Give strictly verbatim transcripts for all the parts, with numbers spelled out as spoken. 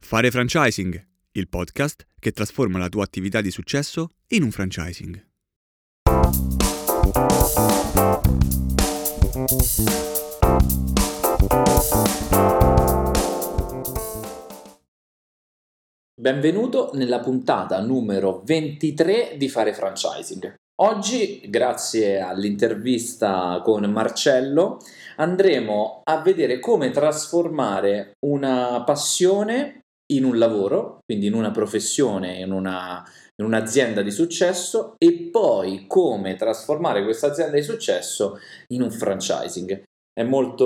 Fare franchising, il podcast che trasforma la tua attività di successo in un franchising. Benvenuto nella puntata numero ventitré di Fare franchising. Oggi, grazie all'intervista con Marcello, andremo a vedere come trasformare una passione in un lavoro, quindi in una professione, in, una, in un'azienda di successo, e poi come trasformare questa azienda di successo in un franchising. È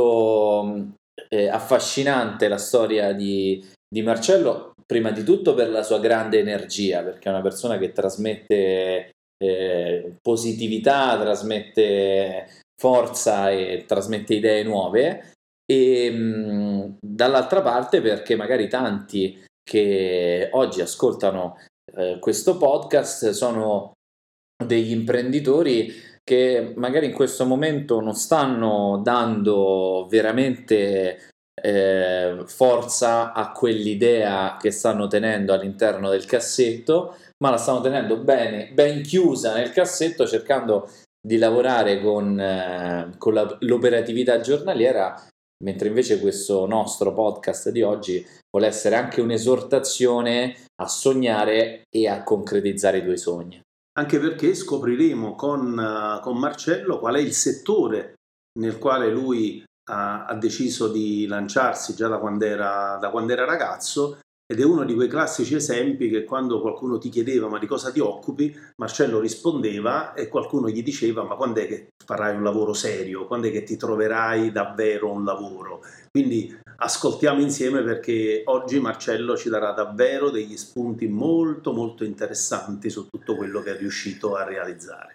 molto eh, affascinante la storia di, di Marcello, prima di tutto per la sua grande energia, perché è una persona che trasmette eh, positività, trasmette forza e trasmette idee nuove. E mh, dall'altra parte perché magari tanti che oggi ascoltano eh, questo podcast sono degli imprenditori che magari in questo momento non stanno dando veramente eh, forza a quell'idea che stanno tenendo all'interno del cassetto, ma la stanno tenendo bene, ben chiusa nel cassetto, cercando di lavorare con, eh, con la, l'operatività giornaliera, mentre invece questo nostro podcast di oggi vuole essere anche un'esortazione a sognare e a concretizzare i tuoi sogni. Anche perché scopriremo con, uh, con Marcello qual è il settore nel quale lui ha, ha deciso di lanciarsi già da quando era, da quando era ragazzo, ed è uno di quei classici esempi che quando qualcuno ti chiedeva ma di cosa ti occupi, Marcello rispondeva e qualcuno gli diceva ma quando è che farai un lavoro serio, quando è che ti troverai davvero un lavoro. Quindi ascoltiamo insieme, perché oggi Marcello ci darà davvero degli spunti molto molto interessanti su tutto quello che è riuscito a realizzare.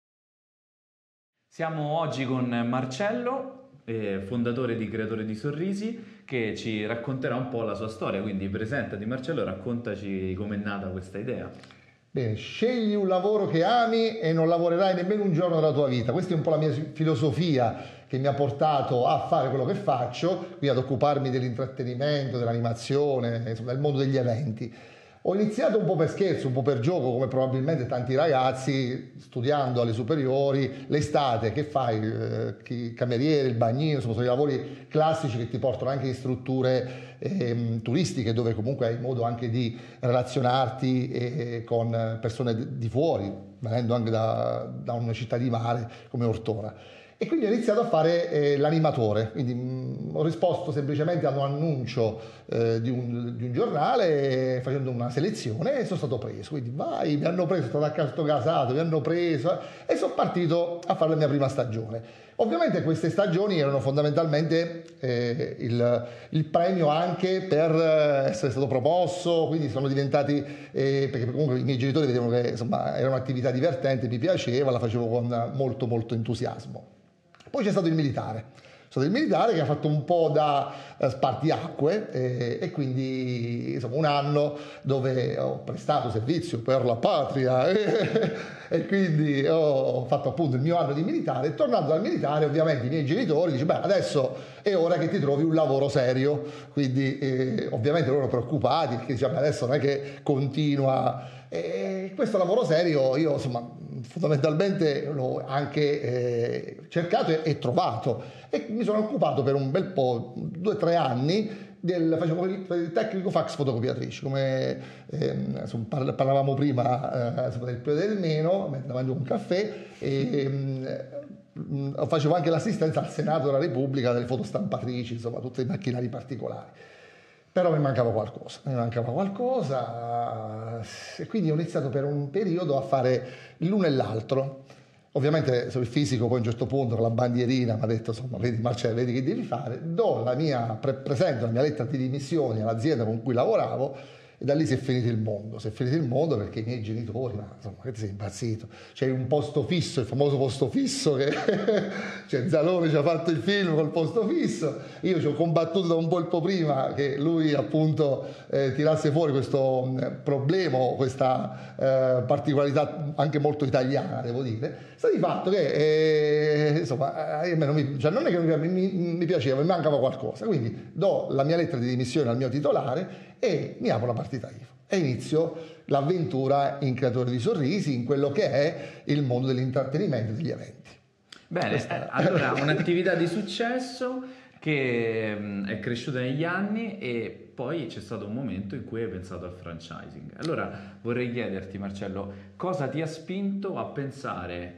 Siamo oggi con Marcello, eh, fondatore di Creatore di Sorrisi, che ci racconterà un po' la sua storia. Quindi presentati Marcello, raccontaci com'è nata questa idea. Bene, scegli un lavoro che ami e non lavorerai nemmeno un giorno della tua vita. Questa è un po' la mia filosofia che mi ha portato a fare quello che faccio, quindi ad occuparmi dell'intrattenimento, dell'animazione, insomma, del mondo degli eventi. Ho iniziato un po' per scherzo, un po' per gioco, come probabilmente tanti ragazzi, studiando alle superiori, l'estate che fai, eh, il cameriere, il bagnino, insomma, sono i lavori classici che ti portano anche in strutture eh, turistiche, dove comunque hai modo anche di relazionarti eh, con persone di fuori, venendo anche da, da una città di mare come Ortona. E quindi ho iniziato a fare eh, l'animatore, quindi mh, ho risposto semplicemente ad un annuncio eh, di, un, di un giornale, eh, facendo una selezione, e sono stato preso. Quindi vai, mi hanno preso, sono stato casato, mi hanno preso e sono partito a fare la mia prima stagione. Ovviamente queste stagioni erano fondamentalmente eh, il, il premio anche per essere stato promosso, quindi sono diventati, eh, perché comunque i miei genitori vedevano che insomma era un'attività divertente, mi piaceva, la facevo con molto molto entusiasmo. Poi c'è stato il militare, c'è stato il militare che ha fatto un po' da eh, spartiacque e, e quindi insomma un anno dove ho prestato servizio per la patria e, e quindi ho fatto appunto il mio anno di militare. E tornando dal militare, ovviamente i miei genitori dicono beh, adesso è ora che ti trovi un lavoro serio, quindi eh, ovviamente loro preoccupati perché dicevano adesso non è che continua. E questo lavoro serio io insomma fondamentalmente l'ho anche eh, cercato e, e trovato, e mi sono occupato per un bel po', due o tre anni, del, facevo il, il tecnico fax fotocopiatrici, come eh, insomma, parlavamo prima eh, del più e del meno, mentre mangiavo un caffè, e eh, facevo anche l'assistenza al Senato della Repubblica delle fotostampatrici, insomma tutti i macchinari particolari. Però mi mancava qualcosa, mi mancava qualcosa e quindi ho iniziato per un periodo a fare l'uno e l'altro. Ovviamente sul fisico poi a un certo punto con la bandierina mi ha detto insomma vedi Marcello, vedi che devi fare, do la mia, pre- presento la mia lettera di dimissioni all'azienda con cui lavoravo E da lì si è finito il mondo, si è finito il mondo perché i miei genitori, ma insomma, che ti sei impazzito? C'è un posto fisso, il famoso posto fisso che cioè Zalone ci ha fatto il film col posto fisso, io ci ho combattuto da un po' il po' prima che lui appunto eh, tirasse fuori questo eh, problema, questa eh, particolarità anche molto italiana, devo dire. Sta di fatto che eh, insomma, eh, non, mi, cioè, non è che mi, mi, mi piaceva, mi mancava qualcosa, quindi do la mia lettera di dimissione al mio titolare e mi apro la partita I V A e inizio l'avventura in creatore di sorrisi, in quello che è il mondo dell'intrattenimento e degli eventi. Bene, Questa... eh, allora un'attività di successo che mh, è cresciuta negli anni e poi c'è stato un momento in cui hai pensato al franchising. Allora vorrei chiederti, Marcello, cosa ti ha spinto a pensare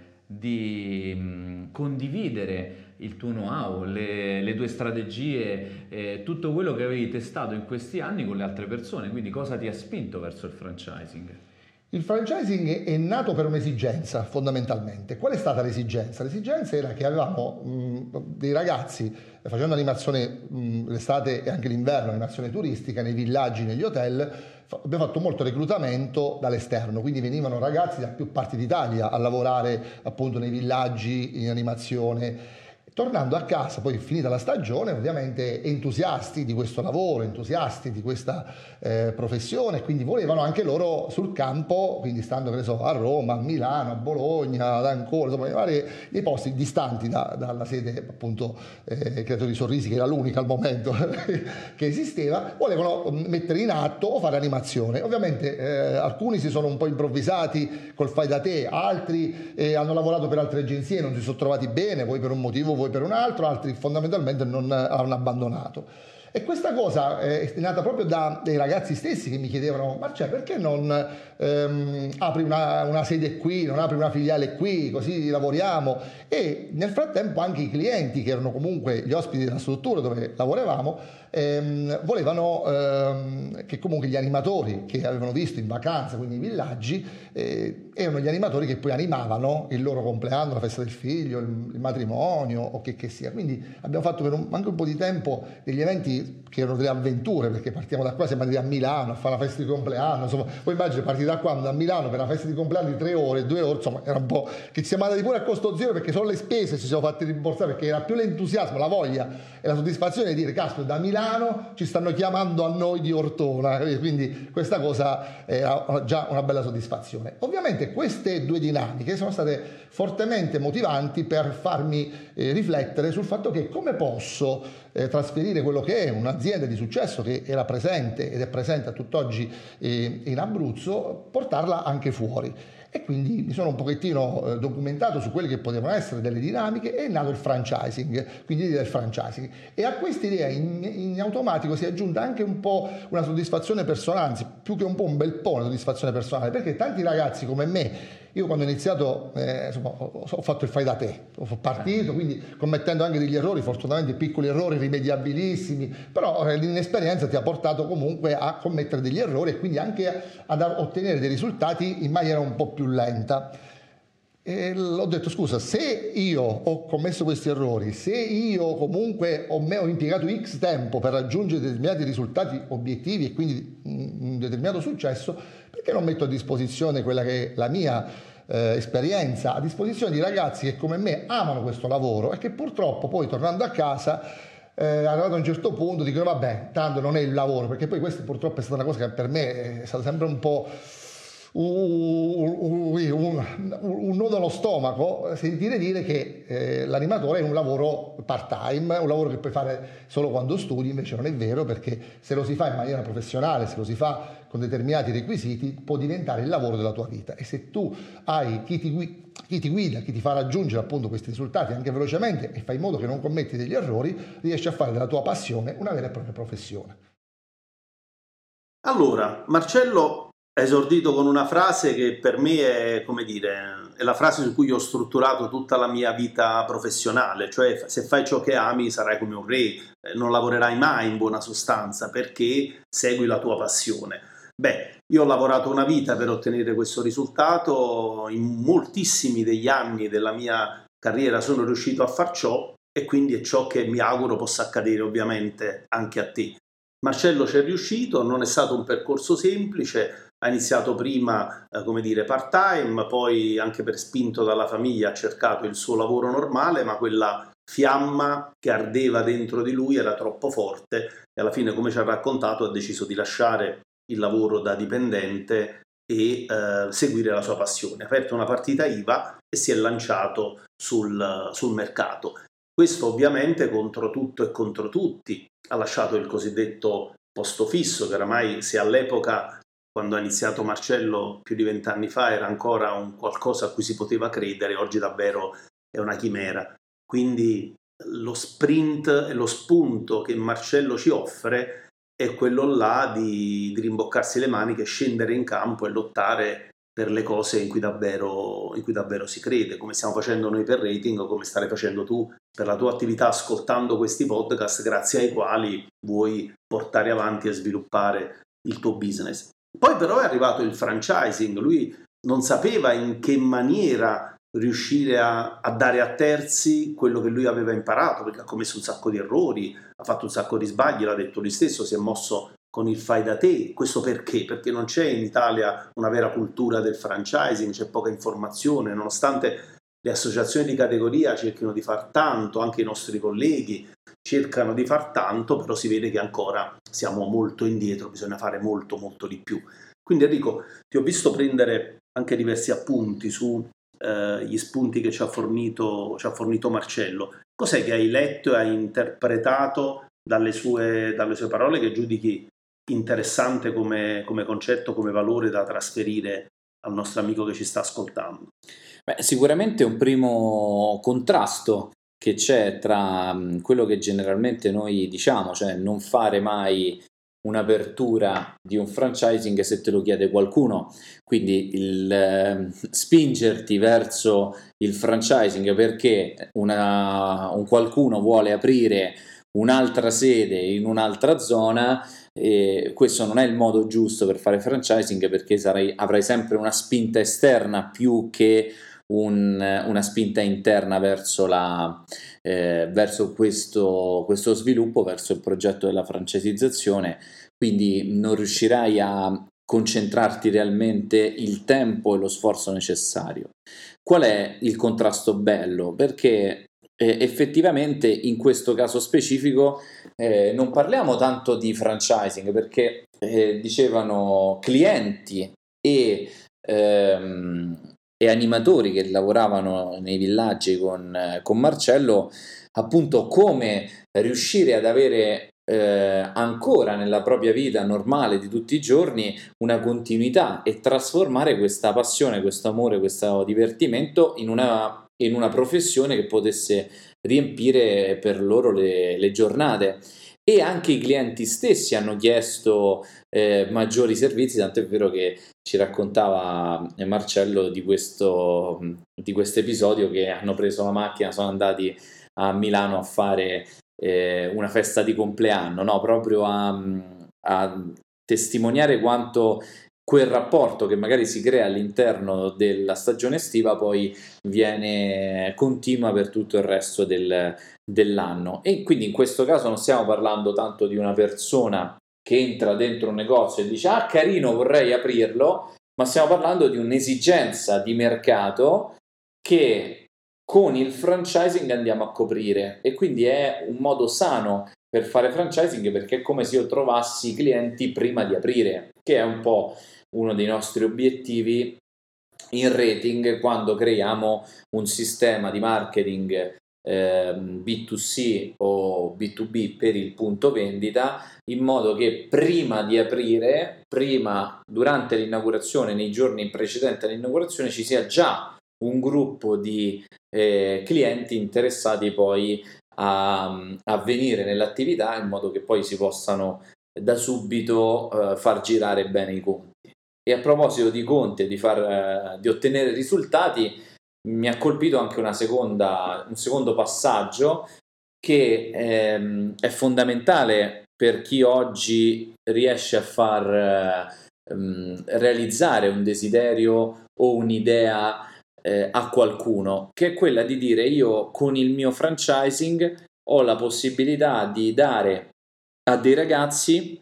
di mh, condividere il tuo know-how, le, le tue strategie, eh, tutto quello che avevi testato in questi anni con le altre persone, quindi cosa ti ha spinto verso il franchising? Il franchising è nato per un'esigenza fondamentalmente. Qual è stata l'esigenza? L'esigenza era che avevamo mh, dei ragazzi facendo animazione mh, l'estate e anche l'inverno, animazione turistica nei villaggi, negli hotel. Abbiamo fatto molto reclutamento dall'esterno, quindi venivano ragazzi da più parti d'Italia a lavorare appunto nei villaggi in animazione. Tornando a casa, poi finita la stagione, ovviamente entusiasti di questo lavoro, entusiasti di questa eh, professione, quindi volevano anche loro sul campo, quindi stando che ne so, a Roma, a Milano, a Bologna, ad Ancona, insomma, vari, dei posti distanti da, dalla sede appunto eh, Creatori di Sorrisi, che era l'unica al momento che esisteva, volevano mettere in atto o fare animazione. Ovviamente eh, alcuni si sono un po' improvvisati col fai da te, altri eh, hanno lavorato per altre agenzie, non si sono trovati bene, poi per un motivo, poi per un altro, altri fondamentalmente non hanno abbandonato. E questa cosa è nata proprio da dei ragazzi stessi che mi chiedevano: Marcello, perché non ehm, apri una, una sede qui, non apri una filiale qui, così lavoriamo? E nel frattempo anche i clienti, che erano comunque gli ospiti della struttura dove lavoravamo, ehm, volevano ehm, che comunque gli animatori che avevano visto in vacanza, quindi i villaggi, eh, erano gli animatori che poi animavano il loro compleanno, la festa del figlio, il, il matrimonio o che che sia. Quindi abbiamo fatto per un, anche un po' di tempo degli eventi che erano delle avventure, perché partiamo da qua, siamo andati a Milano a fare la festa di compleanno, insomma, poi immagini partire da qua, da Milano per la festa di compleanno di tre ore, due ore, insomma, era un po' che ci siamo andati pure a costo zero, perché solo le spese ci siamo fatti rimborsare, perché era più l'entusiasmo, la voglia e la soddisfazione di dire: caspita, da Milano ci stanno chiamando a noi di Ortona, quindi questa cosa era già una bella soddisfazione. Ovviamente queste due dinamiche sono state fortemente motivanti per farmi eh, riflettere sul fatto che come posso eh, trasferire quello che è un'azienda di successo che era presente ed è presente a tutt'oggi eh, in Abruzzo, portarla anche fuori. E quindi mi sono un pochettino eh, documentato su quelle che potevano essere delle dinamiche e è nato il franchising, quindi l'idea del franchising. E a questa idea in, in automatico si è aggiunta anche un po' una soddisfazione personale, anzi più che un po' un bel po' una soddisfazione personale, perché tanti ragazzi come me, io quando ho iniziato eh, insomma, ho, ho fatto il fai da te, ho partito quindi commettendo anche degli errori, fortunatamente piccoli errori rimediabilissimi, però eh, l'inesperienza ti ha portato comunque a commettere degli errori e quindi anche ad ottenere dei risultati in maniera un po' più lenta. E l'ho detto: scusa, se io ho commesso questi errori, se io comunque ho, me, ho impiegato X tempo per raggiungere determinati risultati obiettivi e quindi un determinato successo, perché non metto a disposizione quella che è la mia eh, esperienza a disposizione di ragazzi che come me amano questo lavoro e che purtroppo poi tornando a casa eh, arrivato a un certo punto dicono: vabbè, tanto non è il lavoro, perché poi questa purtroppo è stata una cosa che per me è stata sempre un po' Un, un, un, un nodo allo stomaco, sentire dire che eh, l'animatore è un lavoro part time, un lavoro che puoi fare solo quando studi. Invece non è vero, perché se lo si fa in maniera professionale, se lo si fa con determinati requisiti, può diventare il lavoro della tua vita. E se tu hai chi ti, gui- chi ti guida, chi ti fa raggiungere appunto questi risultati anche velocemente e fai in modo che non commetti degli errori, riesci a fare della tua passione una vera e propria professione. Allora, Marcello ha esordito con una frase che per me è, come dire, è la frase su cui ho strutturato tutta la mia vita professionale, cioè: se fai ciò che ami sarai come un re, non lavorerai mai in buona sostanza perché segui la tua passione. Beh, io ho lavorato una vita per ottenere questo risultato, in moltissimi degli anni della mia carriera sono riuscito a far ciò e quindi è ciò che mi auguro possa accadere ovviamente anche a te. Marcello ci è riuscito, non è stato un percorso semplice, ha iniziato prima eh, come dire part-time, poi anche per spinto dalla famiglia ha cercato il suo lavoro normale, ma quella fiamma che ardeva dentro di lui era troppo forte e alla fine, come ci ha raccontato, ha deciso di lasciare il lavoro da dipendente e eh, seguire la sua passione. Ha aperto una partita I V A e si è lanciato sul, sul mercato. Questo ovviamente contro tutto e contro tutti. Ha lasciato il cosiddetto posto fisso, che oramai, se all'epoca, quando ha iniziato Marcello più di vent'anni fa, era ancora un qualcosa a cui si poteva credere, oggi davvero è una chimera. Quindi lo sprint e lo spunto che Marcello ci offre è quello là di, di rimboccarsi le maniche, scendere in campo e lottare per le cose in cui davvero, in cui davvero si crede, come stiamo facendo noi per Rating o come stai facendo tu per la tua attività ascoltando questi podcast, grazie ai quali vuoi portare avanti e sviluppare il tuo business. Poi però è arrivato il franchising, lui non sapeva in che maniera riuscire a, a dare a terzi quello che lui aveva imparato, perché ha commesso un sacco di errori, ha fatto un sacco di sbagli, l'ha detto lui stesso, si è mosso con il fai da te. Questo perché? Perché non c'è in Italia una vera cultura del franchising, c'è poca informazione, nonostante le associazioni di categoria cerchino di far tanto, anche i nostri colleghi cercano di far tanto, però si vede che ancora siamo molto indietro, bisogna fare molto molto di più. Quindi Enrico, ti ho visto prendere anche diversi appunti su eh, gli spunti che ci ha fornito, ci ha fornito Marcello. Cos'è che hai letto e hai interpretato dalle sue, dalle sue parole che giudichi interessante come, come concetto, come valore da trasferire al nostro amico che ci sta ascoltando? Beh, sicuramente un primo contrasto che c'è tra quello che generalmente noi diciamo, cioè non fare mai un'apertura di un franchising se te lo chiede qualcuno, quindi il eh, spingerti verso il franchising perché una, un qualcuno vuole aprire un'altra sede in un'altra zona. E questo non è il modo giusto per fare franchising, perché sarai, avrai sempre una spinta esterna più che un, una spinta interna verso, la, eh, verso questo, questo sviluppo, verso il progetto della franchisizzazione. Quindi non riuscirai a concentrarti realmente il tempo e lo sforzo necessario. Qual è il contrasto bello? Perché eh, effettivamente in questo caso specifico eh, non parliamo tanto di franchising, perché eh, dicevano clienti e, ehm, e animatori che lavoravano nei villaggi con, eh, con Marcello, appunto come riuscire ad avere eh, ancora nella propria vita normale di tutti i giorni una continuità e trasformare questa passione, questo amore, questo divertimento in una, in una professione che potesse riempire per loro le, le giornate. E anche i clienti stessi hanno chiesto eh, maggiori servizi, tanto è vero che ci raccontava Marcello di questo di questo episodio che hanno preso la macchina, sono andati a Milano a fare eh, una festa di compleanno, no? Proprio a, a testimoniare quanto quel rapporto che magari si crea all'interno della stagione estiva poi viene continua per tutto il resto del, dell'anno. E quindi in questo caso non stiamo parlando tanto di una persona che entra dentro un negozio e dice ah carino vorrei aprirlo, ma stiamo parlando di un'esigenza di mercato che con il franchising andiamo a coprire, e quindi è un modo sano per fare franchising, perché è come se io trovassi i clienti prima di aprire, che è un po' uno dei nostri obiettivi in Rating quando creiamo un sistema di marketing eh, B due C o B due B per il punto vendita, in modo che prima di aprire, prima durante l'inaugurazione, nei giorni precedenti all'inaugurazione, ci sia già un gruppo di eh, clienti interessati poi a, a venire nell'attività, in modo che poi si possano da subito eh, far girare bene i conti. E a proposito di conti e di, far, eh, di ottenere risultati, mi ha colpito anche una seconda, un secondo passaggio che ehm, è fondamentale per chi oggi riesce a far ehm, realizzare un desiderio o un'idea eh, a qualcuno, che è quella di dire: io con il mio franchising ho la possibilità di dare a dei ragazzi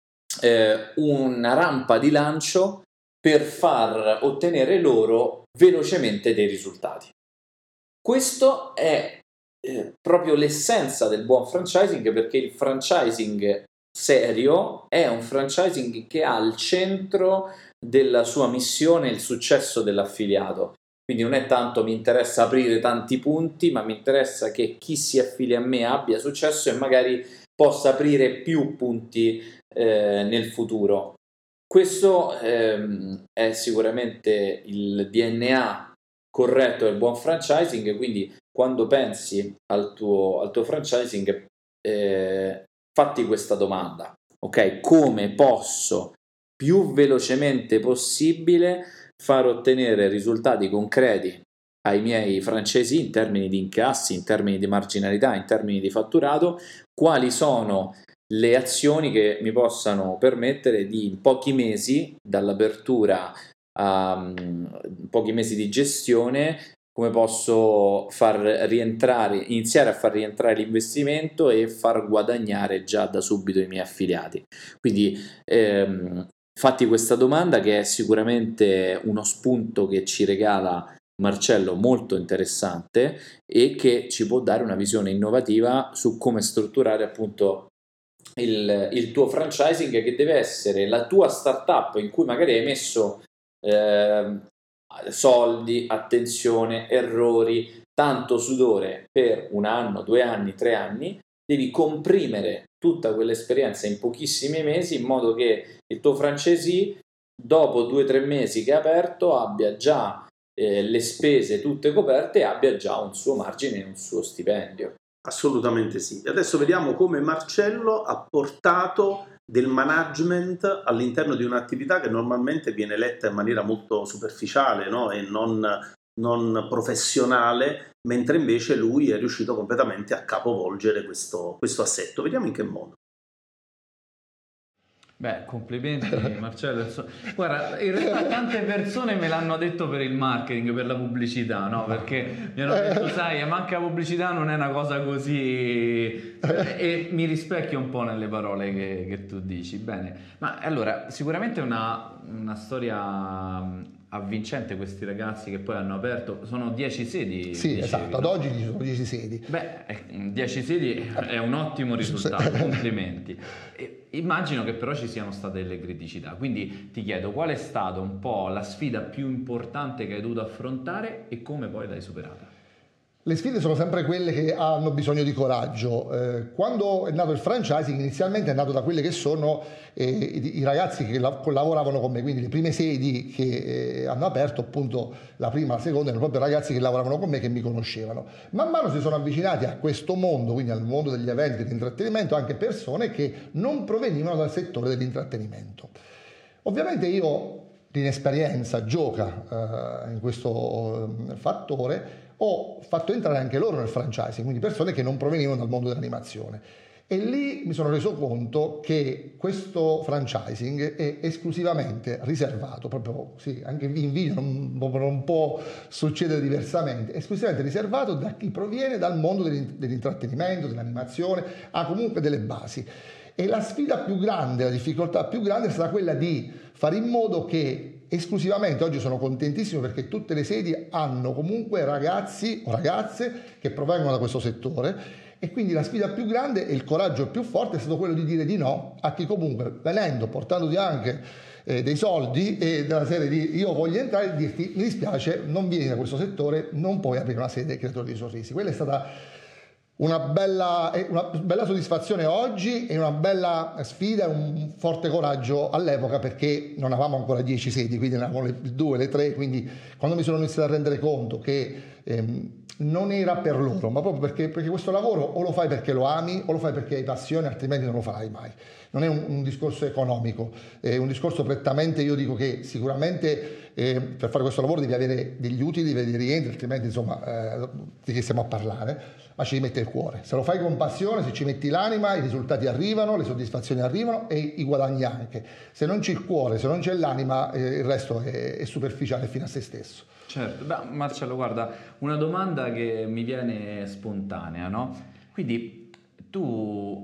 eh, una rampa di lancio per far ottenere loro velocemente dei risultati. Questo è eh, proprio l'essenza del buon franchising, perché il franchising serio è un franchising che ha al centro della sua missione il successo dell'affiliato. Quindi non è tanto mi interessa aprire tanti punti, ma mi interessa che chi si affilia a me abbia successo e magari possa aprire più punti eh, nel futuro. Questo ehm, è sicuramente il D N A corretto del buon franchising, quindi quando pensi al tuo, al tuo franchising eh, fatti questa domanda, ok? Come posso più velocemente possibile far ottenere risultati concreti ai miei francesi in termini di incassi, in termini di marginalità, in termini di fatturato? Quali sono le azioni che mi possano permettere di in pochi mesi dall'apertura a um, pochi mesi di gestione, come posso far rientrare, iniziare a far rientrare l'investimento e far guadagnare già da subito i miei affiliati. Quindi ehm, fatti questa domanda, che è sicuramente uno spunto che ci regala Marcello molto interessante e che ci può dare una visione innovativa su come strutturare appunto il, il tuo franchising, che deve essere la tua startup in cui magari hai messo eh, soldi, attenzione, errori, tanto sudore per un anno, due anni, tre anni. Devi comprimere tutta quell'esperienza in pochissimi mesi, in modo che il tuo franchisee dopo due o tre mesi che è aperto abbia già eh, le spese tutte coperte e abbia già un suo margine e un suo stipendio. Assolutamente sì. Adesso vediamo come Marcello ha portato del management all'interno di un'attività che normalmente viene letta in maniera molto superficiale, no? E non, non professionale, mentre invece lui è riuscito completamente a capovolgere questo, questo assetto. Vediamo in che modo. Beh, complimenti Marcello. Guarda, in realtà tante persone me l'hanno detto per il marketing, per la pubblicità, no? Perché mi hanno detto, sai, manca la pubblicità, non è una cosa così... E mi rispecchio un po' nelle parole che, che tu dici. Bene, ma allora, sicuramente è una, una storia avvincente questi ragazzi che poi hanno aperto, sono dieci sedi. Sì, dicevi, esatto, no? ad oggi ci sono dieci sedi. Beh, dieci sedi è un ottimo risultato, complimenti. E immagino che però ci siano state delle criticità, quindi ti chiedo qual è stata un po' la sfida più importante che hai dovuto affrontare e come poi l'hai superata? Le sfide sono sempre quelle che hanno bisogno di coraggio. Eh, quando è nato il franchising, inizialmente è nato da quelle che sono eh, i, i ragazzi che la, lavoravano con me, quindi le prime sedi che eh, hanno aperto, appunto la prima, la seconda, erano proprio ragazzi che lavoravano con me, che mi conoscevano. Man mano si sono avvicinati a questo mondo, quindi al mondo degli eventi, dell'intrattenimento, anche persone che non provenivano dal settore dell'intrattenimento. Ovviamente io, l'inesperienza gioca eh, in questo eh, fattore. Ho fatto entrare anche loro nel franchising, quindi persone che non provenivano dal mondo dell'animazione. E lì mi sono reso conto che questo franchising è esclusivamente riservato, proprio sì, anche in video non, non può succedere diversamente, è esclusivamente riservato da chi proviene dal mondo dell'intrattenimento, dell'animazione, ha comunque delle basi. E la sfida più grande, la difficoltà più grande è stata quella di fare in modo che esclusivamente, oggi sono contentissimo perché tutte le sedi hanno comunque ragazzi o ragazze che provengono da questo settore, e quindi la sfida più grande e il coraggio più forte è stato quello di dire di no a chi comunque, venendo, portandoti anche eh, dei soldi e della serie di io voglio entrare, e dirti mi dispiace, non vieni da questo settore, non puoi aprire una sede creatori di sorrisi. Quella è stata Una bella, una bella soddisfazione oggi e una bella sfida e un forte coraggio all'epoca, perché non avevamo ancora dieci sedi, quindi ne avevamo le due, le tre, quindi quando mi sono iniziato a rendere conto che ehm, non era per loro, ma proprio perché, perché questo lavoro o lo fai perché lo ami o lo fai perché hai passione, altrimenti non lo farai mai. Non è un, un discorso economico, è un discorso prettamente, io dico che sicuramente eh, per fare questo lavoro devi avere degli utili, devi avere dei rientri, altrimenti insomma eh, di che stiamo a parlare, ma ci mette il cuore. Se lo fai con passione, se ci metti l'anima, i risultati arrivano, le soddisfazioni arrivano e i guadagni anche. Se non c'è il cuore, se non c'è l'anima, eh, il resto è, è superficiale fino a se stesso. Certo, beh, Marcello, guarda, una domanda che mi viene spontanea, no? Quindi tu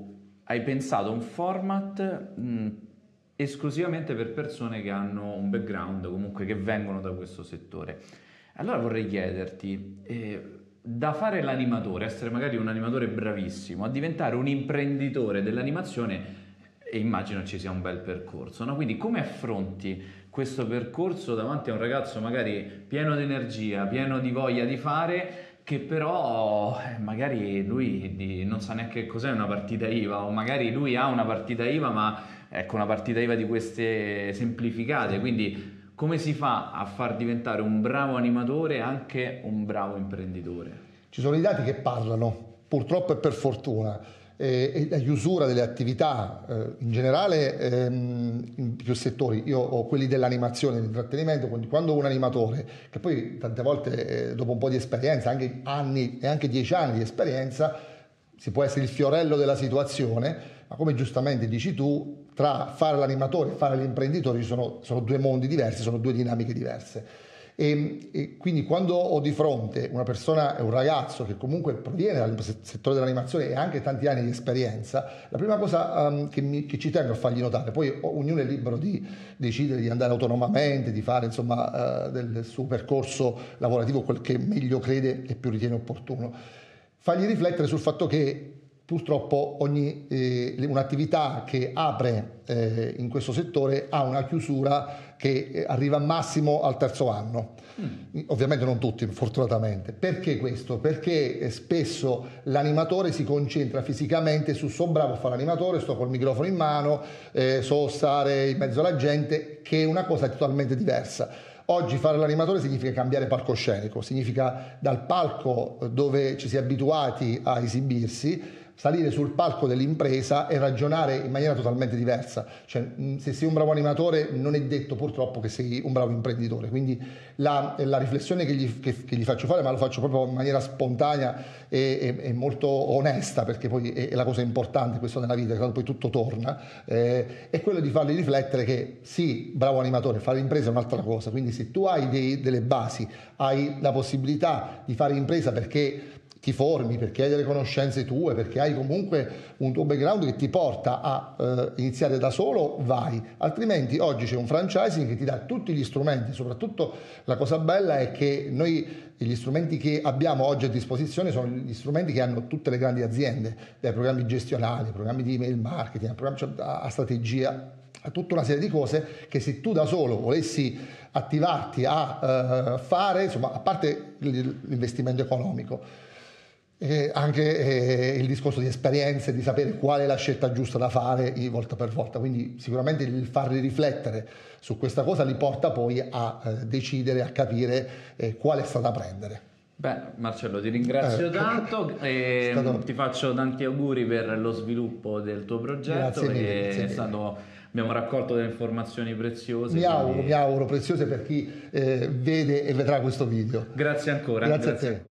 hai pensato un format mh, esclusivamente per persone che hanno un background, comunque che vengono da questo settore. Allora vorrei chiederti, eh, da fare l'animatore, essere magari un animatore bravissimo, a diventare un imprenditore dell'animazione, e immagino ci sia un bel percorso, no? Quindi come affronti questo percorso davanti a un ragazzo magari pieno di energia, pieno di voglia di fare, che però eh, magari lui di, non sa neanche cos'è una partita I V A, o magari lui ha una partita I V A, ma ecco una partita I V A di queste semplificate, quindi come si fa a far diventare un bravo animatore anche un bravo imprenditore? Ci sono i dati che parlano, purtroppo e per fortuna. E la chiusura delle attività eh, in generale ehm, in più settori. Io ho quelli dell'animazione, dell'intrattenimento, quindi quando un animatore, che poi tante volte eh, dopo un po' di esperienza, anche anni e anche dieci anni di esperienza, si può essere il fiorello della situazione, ma come giustamente dici tu, tra fare l'animatore e fare l'imprenditore ci sono, sono due mondi diversi, sono due dinamiche diverse. E, e quindi quando ho di fronte una persona, un ragazzo che comunque proviene dal settore dell'animazione e ha anche tanti anni di esperienza, la prima cosa um, che, mi, che ci tengo a fargli notare, poi ognuno è libero di decidere di andare autonomamente, di fare insomma uh, del suo percorso lavorativo quel che meglio crede e più ritiene opportuno, fargli riflettere sul fatto che purtroppo ogni, eh, un'attività che apre eh, in questo settore ha una chiusura che arriva massimo al terzo anno. Mm. Ovviamente non tutti, fortunatamente. Perché questo? Perché spesso l'animatore si concentra fisicamente su so bravo a fare l'animatore, sto col microfono in mano, eh, so stare in mezzo alla gente, che è una cosa totalmente diversa. Oggi fare l'animatore significa cambiare palcoscenico, significa dal palco dove ci si è abituati a esibirsi, salire sul palco dell'impresa e ragionare in maniera totalmente diversa. Cioè, se sei un bravo animatore non è detto purtroppo che sei un bravo imprenditore, quindi la, la riflessione che gli, che, che gli faccio fare, ma lo faccio proprio in maniera spontanea e, e, e molto onesta, perché poi è, è la cosa importante questo nella vita, quando poi tutto torna, eh, è quello di farli riflettere che sì, bravo animatore, fare impresa è un'altra cosa, quindi se tu hai dei, delle basi, hai la possibilità di fare impresa perché ti formi, perché hai delle conoscenze tue, perché hai comunque un tuo background che ti porta a eh, iniziare da solo, vai. Altrimenti oggi c'è un franchising che ti dà tutti gli strumenti, soprattutto la cosa bella è che noi gli strumenti che abbiamo oggi a disposizione sono gli strumenti che hanno tutte le grandi aziende, dai programmi gestionali, programmi di email marketing, a, a strategia, a tutta una serie di cose che se tu da solo volessi attivarti a uh, fare, insomma, a parte l'investimento economico, Eh, anche eh, il discorso di esperienze, di sapere qual è la scelta giusta da fare volta per volta, quindi sicuramente il farli riflettere su questa cosa li porta poi a eh, decidere, a capire eh, quale strada prendere. Beh, Marcello, ti ringrazio eh, tanto e stato... ti faccio tanti auguri per lo sviluppo del tuo progetto. Grazie mille, è grazie stato, abbiamo raccolto delle informazioni preziose. Mi quindi... auguro, mi auguro preziose per chi eh, vede e vedrà questo video. Grazie ancora. Grazie, grazie. a te.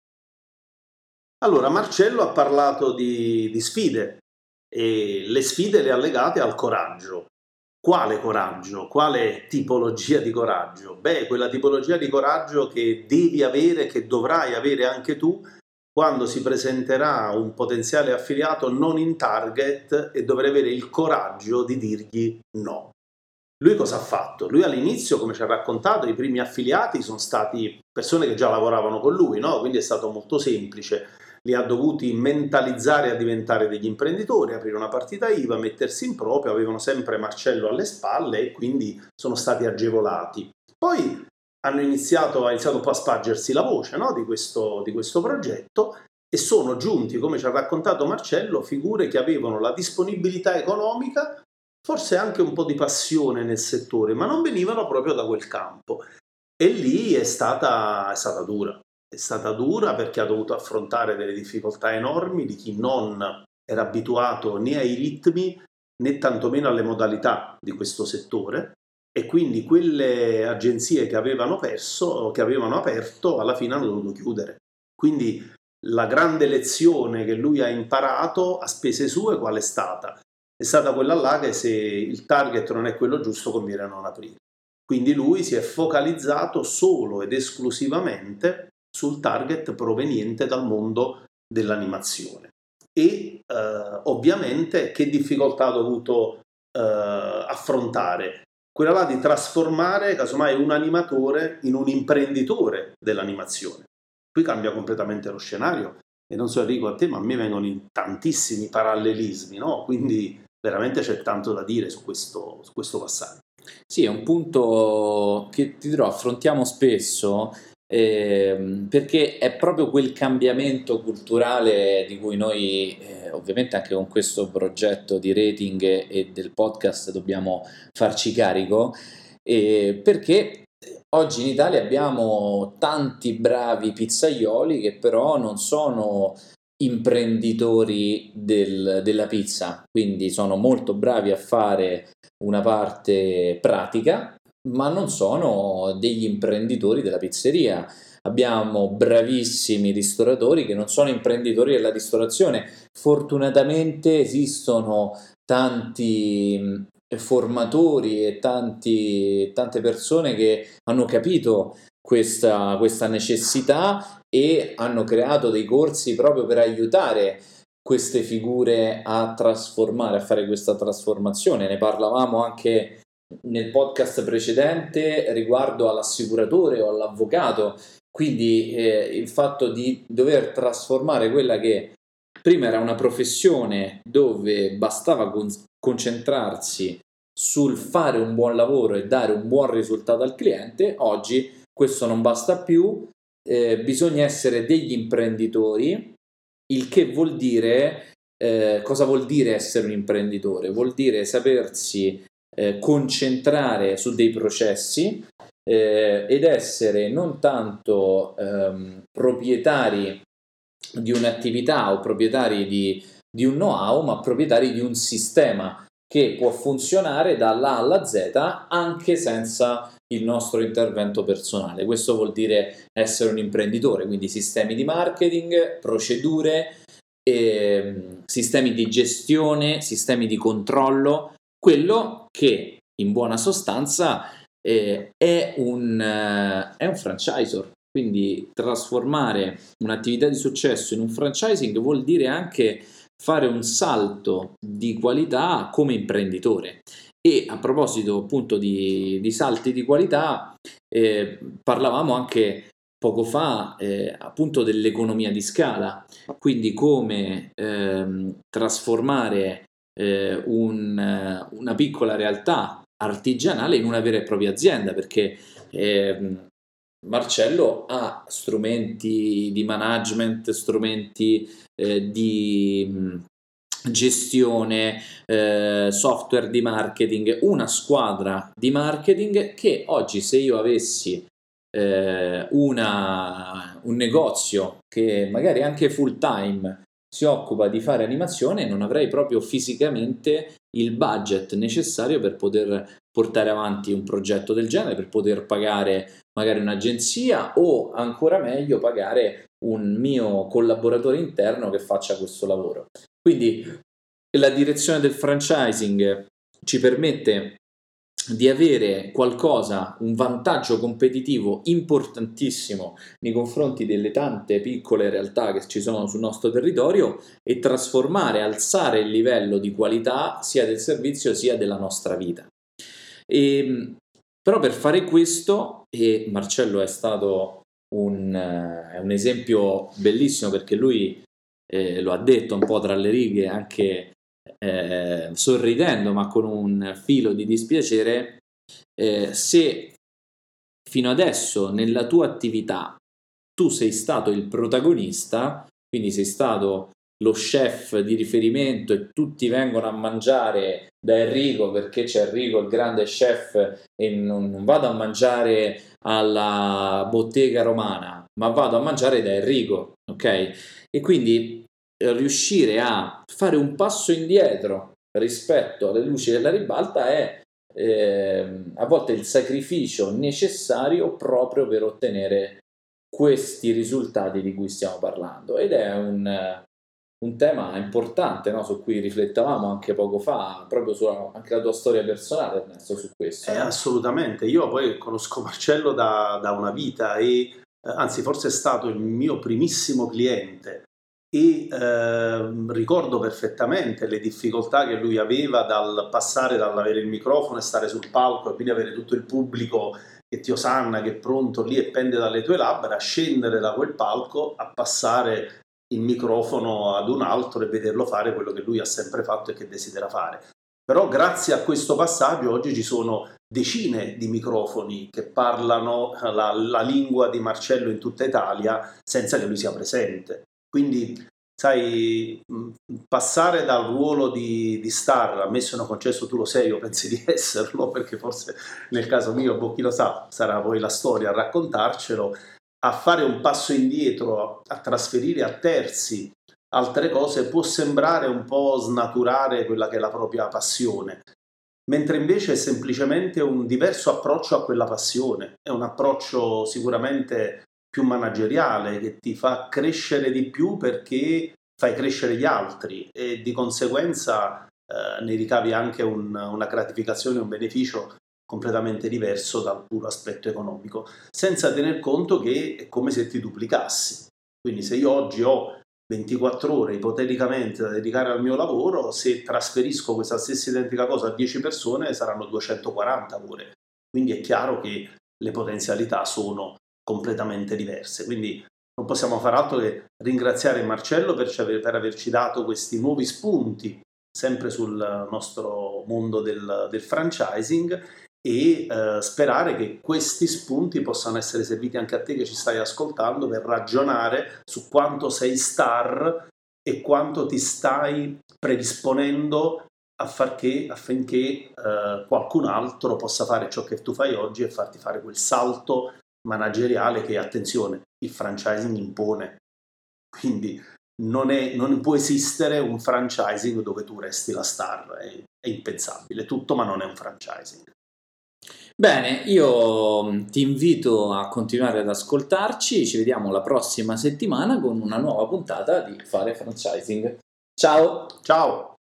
Allora, Marcello ha parlato di, di sfide e le sfide le ha legate al coraggio. Quale coraggio? Quale tipologia di coraggio? Beh, quella tipologia di coraggio che devi avere, che dovrai avere anche tu quando si presenterà un potenziale affiliato non in target e dovrai avere il coraggio di dirgli no. Lui cosa ha fatto? Lui all'inizio, come ci ha raccontato, i primi affiliati sono stati persone che già lavoravano con lui, no? Quindi è stato molto semplice. Li ha dovuti mentalizzare a diventare degli imprenditori, aprire una partita I V A, mettersi in proprio, avevano sempre Marcello alle spalle e quindi sono stati agevolati. Poi hanno iniziato, ha iniziato un po' a spargersi la voce, no? di, questo, di questo progetto e sono giunti, come ci ha raccontato Marcello, figure che avevano la disponibilità economica, forse anche un po' di passione nel settore, ma non venivano proprio da quel campo. E lì è stata, è stata dura. È stata dura perché ha dovuto affrontare delle difficoltà enormi di chi non era abituato né ai ritmi né tantomeno alle modalità di questo settore e quindi quelle agenzie che avevano perso, che avevano aperto, alla fine hanno dovuto chiudere. Quindi la grande lezione che lui ha imparato a spese sue qual è stata? È stata quella là che se il target non è quello giusto conviene non aprire. Quindi lui si è focalizzato solo ed esclusivamente sul target proveniente dal mondo dell'animazione e eh, ovviamente che difficoltà ha dovuto eh, affrontare? Quella là di trasformare casomai un animatore in un imprenditore dell'animazione. Qui cambia completamente lo scenario e non so Enrico a te, ma a me vengono in tantissimi parallelismi, no? Quindi veramente c'è tanto da dire su questo, su questo passaggio. Sì, è un punto che ti dirò, affrontiamo spesso ehm, perché è proprio quel cambiamento culturale di cui noi eh, ovviamente anche con questo progetto di rating e, e del podcast dobbiamo farci carico, eh, perché oggi in Italia abbiamo tanti bravi pizzaioli che però non sono imprenditori del- della pizza, quindi sono molto bravi a fare una parte pratica, ma non sono degli imprenditori della pizzeria. Abbiamo bravissimi ristoratori che non sono imprenditori della ristorazione. Fortunatamente esistono tanti mh, formatori e tanti, tante persone che hanno capito questa, questa necessità e hanno creato dei corsi proprio per aiutare queste figure a trasformare, a fare questa trasformazione. Ne parlavamo anche nel podcast precedente riguardo all'assicuratore o all'avvocato, quindi eh, il fatto di dover trasformare quella che prima era una professione dove bastava con- concentrarsi sul fare un buon lavoro e dare un buon risultato al cliente, oggi questo non basta più, eh, bisogna essere degli imprenditori, il che vuol dire, eh, cosa vuol dire essere un imprenditore? Vuol dire sapersi eh, concentrare su dei processi eh, ed essere non tanto ehm, proprietari di un'attività o proprietari di, di un know-how, ma proprietari di un sistema che può funzionare dalla A alla Z anche senza il nostro intervento personale. Questo vuol dire essere un imprenditore, quindi sistemi di marketing, procedure, eh, sistemi di gestione, sistemi di controllo, quello che in buona sostanza eh, è, un, eh, è un franchisor. Quindi trasformare un'attività di successo in un franchising vuol dire anche fare un salto di qualità come imprenditore. E a proposito appunto di, di salti di qualità, eh, parlavamo anche poco fa eh, appunto dell'economia di scala, quindi come ehm, trasformare eh, un, una piccola realtà artigianale in una vera e propria azienda, perché ehm, Marcello ha strumenti di management, strumenti eh, di mh, gestione, eh, software di marketing, una squadra di marketing che oggi, se io avessi eh, una, un negozio che magari anche full time si occupa di fare animazione, non avrei proprio fisicamente il budget necessario per poter portare avanti un progetto del genere, per poter pagare magari un'agenzia o ancora meglio pagare un mio collaboratore interno che faccia questo lavoro. Quindi la direzione del franchising ci permette di avere qualcosa, un vantaggio competitivo importantissimo nei confronti delle tante piccole realtà che ci sono sul nostro territorio e trasformare, alzare il livello di qualità sia del servizio sia della nostra vita. E, però per fare questo, e Marcello è stato un, uh, un esempio bellissimo perché lui eh, lo ha detto un po' tra le righe anche eh, sorridendo ma con un filo di dispiacere, eh, se fino adesso nella tua attività tu sei stato il protagonista, quindi sei stato lo chef di riferimento e tutti vengono a mangiare da Enrico perché c'è Enrico il grande chef e non, non vado a mangiare alla bottega romana ma vado a mangiare da Enrico, ok? E quindi riuscire a fare un passo indietro rispetto alle luci della ribalta è eh, a volte il sacrificio necessario proprio per ottenere questi risultati di cui stiamo parlando, ed è un, un tema importante, no? Su cui riflettavamo anche poco fa, proprio sulla anche la tua storia personale, Ernesto, su questo. Eh, no? assolutamente, io poi conosco Marcello da, da una vita e eh, anzi forse è stato il mio primissimo cliente e eh, ricordo perfettamente le difficoltà che lui aveva dal passare dall'avere il microfono e stare sul palco e quindi avere tutto il pubblico che ti osanna, che è pronto lì e pende dalle tue labbra, a scendere da quel palco, a passare il microfono ad un altro e vederlo fare quello che lui ha sempre fatto e che desidera fare. Però grazie a questo passaggio oggi ci sono decine di microfoni che parlano la, la lingua di Marcello in tutta Italia senza che lui sia presente. Quindi, sai, passare dal ruolo di, di star, ammesso e non concesso tu lo sei o pensi di esserlo, perché forse nel caso mio, boh, chi lo sa, sarà poi la storia a raccontarcelo, a fare un passo indietro, a, a trasferire a terzi altre cose, può sembrare un po' snaturare quella che è la propria passione, mentre invece è semplicemente un diverso approccio a quella passione, è un approccio sicuramente più manageriale che ti fa crescere di più perché fai crescere gli altri e di conseguenza eh, ne ricavi anche un, una gratificazione, un beneficio completamente diverso dal puro aspetto economico, senza tener conto che è come se ti duplicassi. Quindi se io oggi ho ventiquattro ore ipoteticamente da dedicare al mio lavoro, se trasferisco questa stessa identica cosa a dieci persone saranno duecentoquaranta ore, quindi è chiaro che le potenzialità sono completamente diverse. Quindi non possiamo far altro che ringraziare Marcello per, per averci dato questi nuovi spunti sempre sul nostro mondo del, del franchising e eh, sperare che questi spunti possano essere serviti anche a te che ci stai ascoltando per ragionare su quanto sei star e quanto ti stai predisponendo a far che, affinché eh, qualcun altro possa fare ciò che tu fai oggi e farti fare quel salto manageriale che, attenzione, il franchising impone. Quindi non, è, non può esistere un franchising dove tu resti la star, è, è impensabile, tutto ma non è un franchising. Bene, io ti invito a continuare ad ascoltarci, ci vediamo la prossima settimana con una nuova puntata di Fare Franchising. Ciao! Ciao!